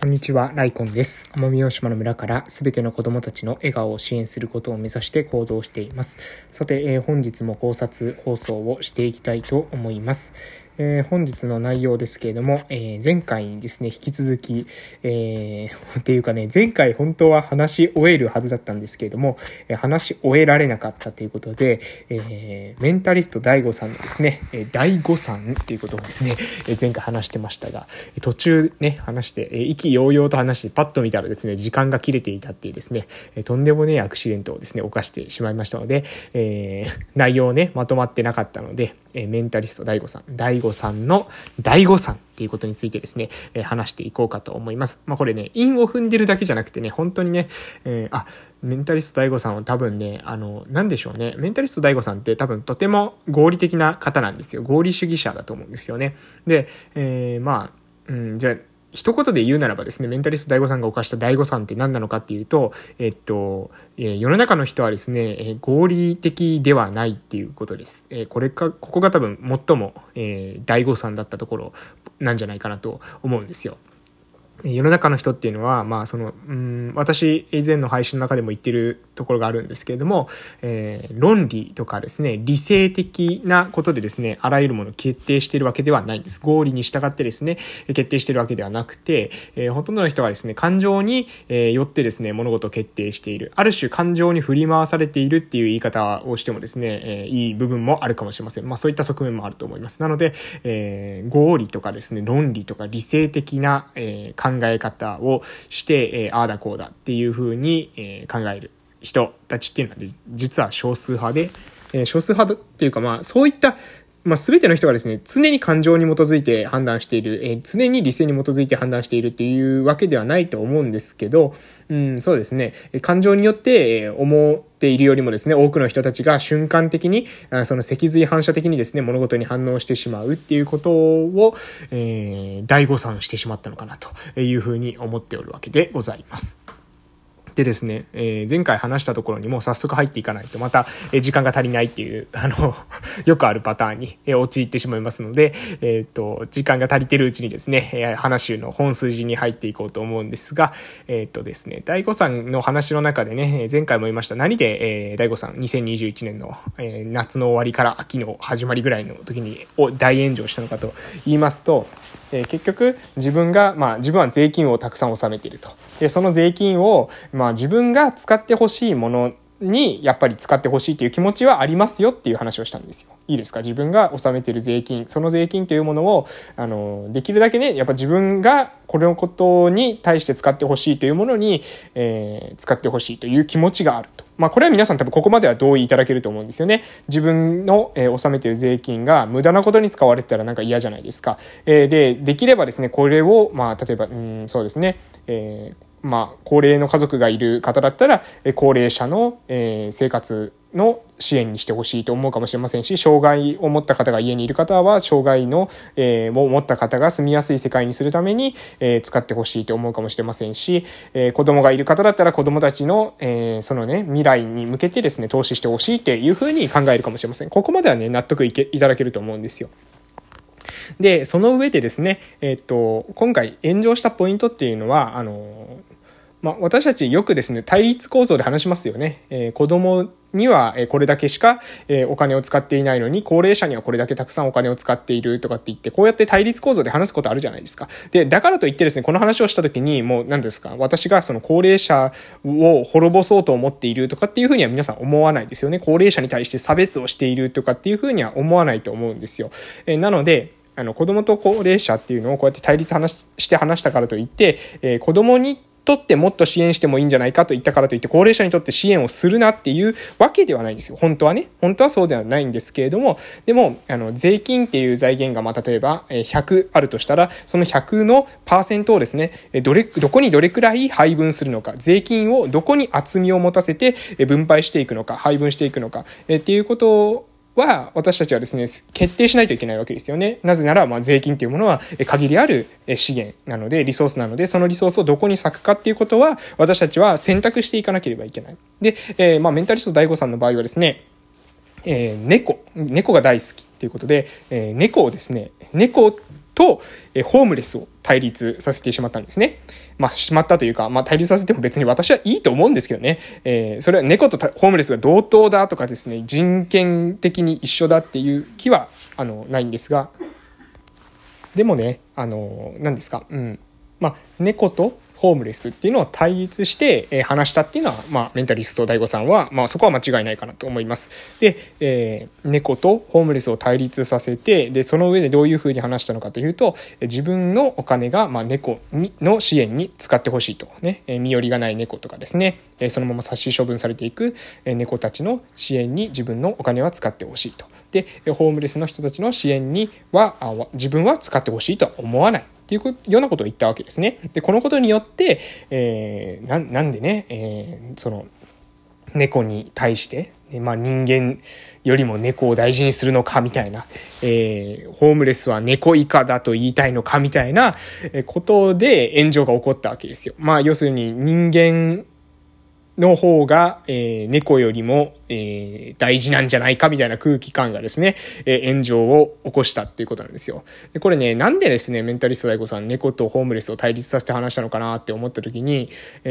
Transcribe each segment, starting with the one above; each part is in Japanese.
こんにちは、ライコンです。奄美大島の村からすべての子供たちの笑顔を支援することを目指して行動しています。さて、本日も考察放送をしていきたいと思います。本日の内容ですけれども、前回にですね、引き続き、っていうかね、前回本当は話し終えるはずだったんですけれども、話し終えられなかったということで、メンタリスト DAIGO さんのですね、DAIGO さんっていうことをですね、前回話してましたが、途中ね、話して、意気揚々と話してパッと見たらですね、時間が切れていたっていうですね、とんでもねえアクシデントをですね、犯してしまいましたので、内容ね、まとまってなかったので、メンタリスト DAIGO さんの DAIGO さんっていうことについてですね、話していこうかと思います。これね、韻を踏んでるだけじゃなくてね、本当にね、メンタリスト DAIGO さんは多分ね、なんでしょうね、メンタリスト DAIGO さんって多分とても合理的な方なんですよ。合理主義者だと思うんですよね。で、じゃあ、一言で言うならばですね、メンタリスト DAIGO さんが犯した大誤算って何なのかっていうと、世の中の人はですね、合理的ではないっていうことです。ここが多分最も、大誤算だったところなんじゃないかなと思うんですよ。世の中の人っていうのは、私以前の配信の中でも言ってるところがあるんですけれども、論理とかですね、理性的なことでですね、あらゆるものを決定しているわけではないんです。合理に従ってですね、決定しているわけではなくて、ほとんどの人はですね、感情に、よってですね、物事を決定している。ある種感情に振り回されているっていう言い方をしてもですね、いい部分もあるかもしれません。そういった側面もあると思います。なので、合理とかですね、論理とか理性的な、考え方をして、ああだこうだっていう風に、考える人たちっていうのは、実は少数派で、少数派っていうかそういった全ての人がですね、常に感情に基づいて判断している、常に理性に基づいて判断しているっていうわけではないと思うんですけど、そうですね、感情によって、思っているよりもですね、多くの人たちが瞬間的に、その脊髄反射的にですね、物事に反応してしまうっていうことを、大誤算してしまったのかなというふうに思っておるわけでございます。でですね、前回話したところにもう早速入っていかないとまた、時間が足りないっていう、よくあるパターンに、陥ってしまいますので、時間が足りてるうちにですね、話の本筋に入っていこうと思うんですが、ですね、大悟さんの話の中でね、前回も言いました。何で、大悟さん2021年の、夏の終わりから秋の始まりぐらいの時に大炎上したのかと言いますと、結局自分は税金をたくさん納めていると。で、その税金を、自分が使ってほしいものにやっぱり使ってほしいという気持ちはありますよっていう話をしたんですよ。いいですか？自分が納めている税金、その税金というものを、できるだけね、やっぱ自分がこれのことに対して使ってほしいというものに、使ってほしいという気持ちがあると。これは皆さん多分ここまでは同意いただけると思うんですよね。自分の、納めている税金が無駄なことに使われてたらなんか嫌じゃないですか。できればですね、これを、例えば、そうですね、高齢の家族がいる方だったら、高齢者の、生活の支援にしてほしいと思うかもしれませんし、障害を持った方が家にいる方は、障害の、を持った方が住みやすい世界にするために、使ってほしいと思うかもしれませんし、子供がいる方だったら子供たちの、そのね、未来に向けてですね、投資してほしいっていうふうに考えるかもしれません。ここまではね、納得いただけると思うんですよ。で、その上でですね、今回炎上したポイントっていうのは、私たちよくですね、対立構造で話しますよね。子供にはこれだけしかお金を使っていないのに、高齢者にはこれだけたくさんお金を使っているとかって言って、こうやって対立構造で話すことあるじゃないですか。で、だからといってですね、この話をした時に、もう何ですか、私がその高齢者を滅ぼそうと思っているとかっていうふうには皆さん思わないですよね。高齢者に対して差別をしているとかっていうふうには思わないと思うんですよ。なので、子供と高齢者っていうのをこうやって対立して話したからといって、子供にとってもっと支援してもいいんじゃないかと言ったからといって高齢者にとって支援をするなっていうわけではないんですよ。本当はね。本当はそうではないんですけれども、でも、税金っていう財源が例えば100あるとしたら、その100のパーセントをですね、どこにどれくらい配分するのか、税金をどこに厚みを持たせて分配していくのか、配分していくのか、っていうことは私たちはですね、決定しないといけないわけですよね。なぜなら、税金というものは限りある資源なので、リソースなので、そのリソースをどこに割くかっていうことは、私たちは選択していかなければいけない。で、メンタリスト DAIGO さんの場合はですね、猫が大好きということで、猫をですね、猫と、ホームレスを対立させてしまったんですね。しまったというか、対立させても別に私はいいと思うんですけどね。それは猫とホームレスが同等だとかですね、人権的に一緒だっていう気は、ないんですが、でもね、何ですか、猫とホームレスっていうのを対立して、話したっていうのは、メンタリスト大悟さんは、そこは間違いないかなと思います。で、猫とホームレスを対立させて、で、その上でどういうふうに話したのかというと、自分のお金が、猫の支援に使ってほしいと。ね、身寄りがない猫とかですね、そのまま殺処分されていく猫たちの支援に自分のお金は使ってほしいと。で、ホームレスの人たちの支援には、自分は使ってほしいとは思わない。っていうようなことを言ったわけですね。で、このことによって、なんでね、その、猫に対して、人間よりも猫を大事にするのかみたいな、ホームレスは猫以下だと言いたいのかみたいなことで炎上が起こったわけですよ。要するに人間の方が、猫よりも、大事なんじゃないかみたいな空気感がですね、炎上を起こしたっていうことなんですよ。でこれね、なんでですね、メンタリスト大悟さん、猫とホームレスを対立させて話したのかなって思った時に、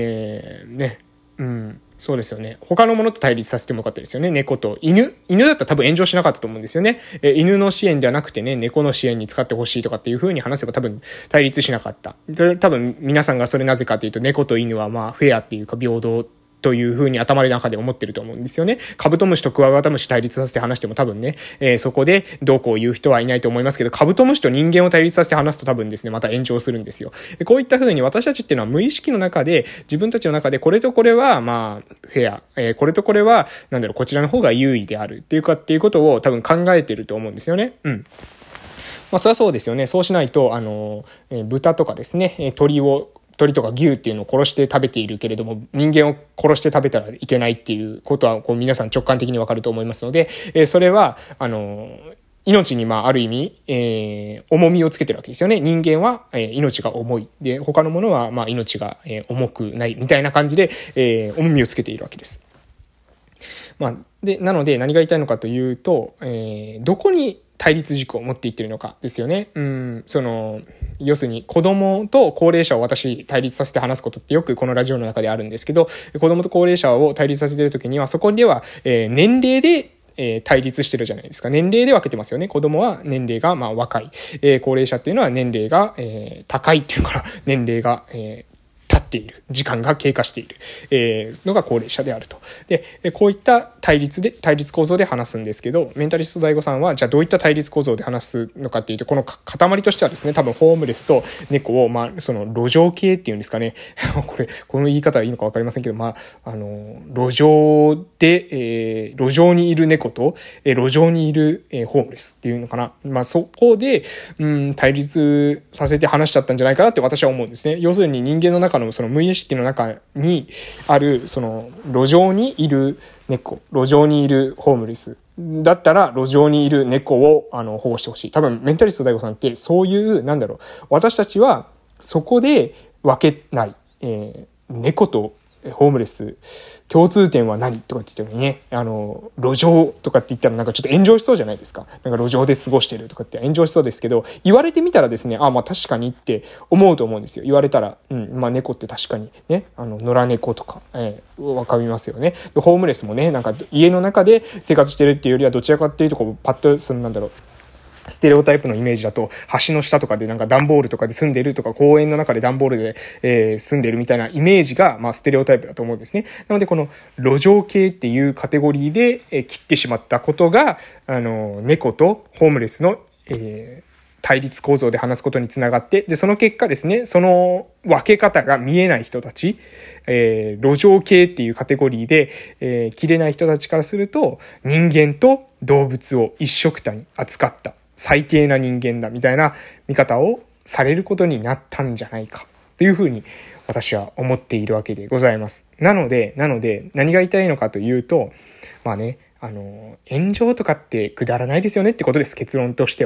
そうですよね。他のものと対立させてもよかったですよね。猫と犬だったら多分炎上しなかったと思うんですよね。犬の支援ではなくてね、猫の支援に使ってほしいとかっていう風に話せば多分対立しなかった。多分皆さんがそれなぜかというと、猫と犬はフェアっていうか平等という風に頭の中で思ってると思うんですよね。カブトムシとクワガタムシ対立させて話しても多分ね、そこでどうこう言う人はいないと思いますけど、カブトムシと人間を対立させて話すと多分ですね、また炎上するんですよ。こういった風に私たちっていうのは無意識の中で、自分たちの中でこれとこれはフェア、これとこれはこちらの方が優位であるっていうことを多分考えてると思うんですよね。そりゃそうですよね。そうしないと、豚とかですね、鳥とか牛っていうのを殺して食べているけれども、人間を殺して食べたらいけないっていうことは、皆さん直感的にわかると思いますので、それは、命にある意味、重みをつけてるわけですよね。人間は、命が重い。で、他のものは、命が、重くない。みたいな感じで、重みをつけているわけです。なので何が言いたいのかというと、どこに対立軸を持っていってるのかですよね。要するに子供と高齢者を私対立させて話すことってよくこのラジオの中であるんですけど、子供と高齢者を対立させているときには、そこでは、年齢で対立してるじゃないですか。年齢で分けてますよね。子供は年齢が若い。高齢者っていうのは年齢が、高いっていうから年齢が、経っている。時間が経過している。のが高齢者であると。で、こういった対立構造で話すんですけど、メンタリスト大悟さんは、じゃあどういった対立構造で話すのかっていうと、この塊としてはですね、多分ホームレスと猫を、その路上系っていうんですかね。この言い方はいいのかわかりませんけど、路上で、路上にいる猫と、路上にいる、ホームレスっていうのかな。そこで、対立させて話しちゃったんじゃないかなって私は思うんですね。要するに人間の中のその無意識の中にあるその路上にいる猫、路上にいるホームレスだったら路上にいる猫を保護してほしい。多分メンタリスト大悟さんってそういう私たちはそこで分けない、猫とホームレス共通点は何とかって言ったのにね、路上とかって言ったらちょっと炎上しそうじゃないですか。路上で過ごしてるとかって炎上しそうですけど、言われてみたらですね、確かにって思うと思うんですよ。言われたら、猫って確かにね、野良猫とか、わかりますよね。ホームレスもね、家の中で生活してるっていうよりはどちらかっていうとパッとステレオタイプのイメージだと、橋の下とかで段ボールとかで住んでるとか、公園の中で段ボールで、住んでるみたいなイメージが、ステレオタイプだと思うんですね。なので、この路上系っていうカテゴリーで、切ってしまったことが、猫とホームレスの、対立構造で話すことにつながって、で、その結果ですね、その分け方が見えない人たち、路上系っていうカテゴリーで、切れない人たちからすると、人間と動物を一緒くたに扱った。最低な人間だみたいな見方をされることになったんじゃないかというふうに私は思っているわけでございます。なので何が言いたいのかというと、炎上とかってくだらないですよねってことです。結論としては。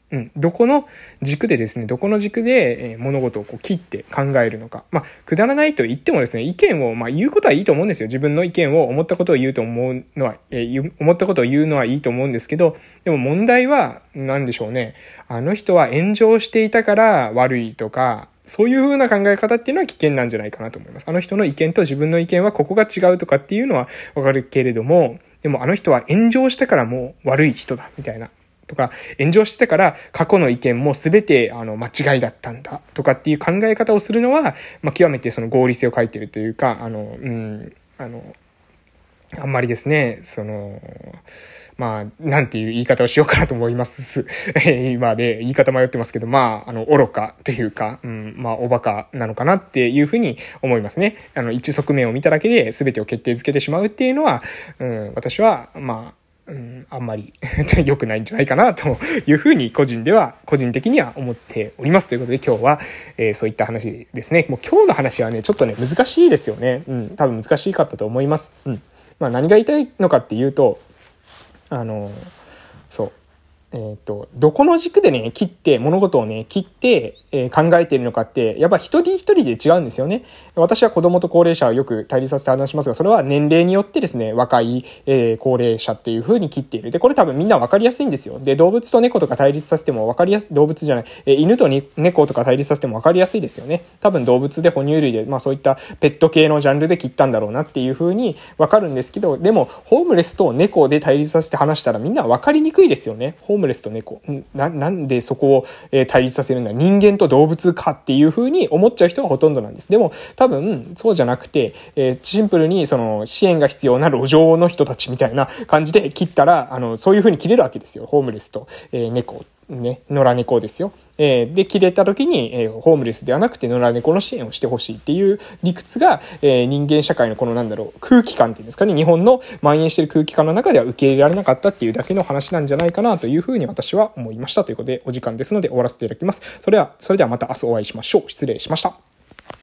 どこの軸でですね、物事をこう切って考えるのか。くだらないと言ってもですね、意見を、言うことはいいと思うんですよ。自分の意見を思ったことを言うのはいいと思うんですけど、でも問題は、何でしょうね。あの人は炎上していたから悪いとか、そういう風な考え方っていうのは危険なんじゃないかなと思います。あの人の意見と自分の意見はここが違うとかっていうのはわかるけれども、でもあの人は炎上したからもう悪い人だ、みたいな。とか、炎上してから過去の意見も全て間違いだったんだとかっていう考え方をするのは、極めてその合理性を欠いてるというか、あんまりですね、なんていう言い方をしようかなと思います。今で言い方迷ってますけど、愚かというか、おバカなのかなっていうふうに思いますね。一側面を見ただけで全てを決定づけてしまうっていうのは、私は、あんまり良くないんじゃないかなというふうに個人的には思っております。ということで今日は、そういった話ですね。もう今日の話はね、ちょっとね、難しいですよね。多分難しかったと思います。何が言いたいのかっていうと、そう。どこの軸でね、物事をね、切って、考えているのかって、やっぱ一人一人で違うんですよね。私は子供と高齢者をよく対立させて話しますが、それは年齢によってですね、若い、高齢者っていう風に切っている。で、これ多分みんな分かりやすいんですよ。で、動物と猫とか対立させても分かりやすい、動物じゃない、犬と猫とか対立させても分かりやすいですよね。多分動物で哺乳類で、そういったペット系のジャンルで切ったんだろうなっていう風に分かるんですけど、でも、ホームレスと猫で対立させて話したらみんな分かりにくいですよね。ホームレスと猫。なんでそこを対立させるんだ、人間と動物かっていう風に思っちゃう人がほとんどなんです。でも多分そうじゃなくて、シンプルにその支援が必要な路上の人たちみたいな感じで切ったら、そういう風に切れるわけですよ。ホームレスと、猫。ね、野良猫ですよ。で、切れた時に、ホームレスではなくて野良猫の支援をしてほしいっていう理屈が、人間社会のこの空気感っていうんですかね、日本の蔓延している空気感の中では受け入れられなかったっていうだけの話なんじゃないかなというふうに私は思いました。ということで、お時間ですので終わらせていただきます。それではまた明日お会いしましょう。失礼しました。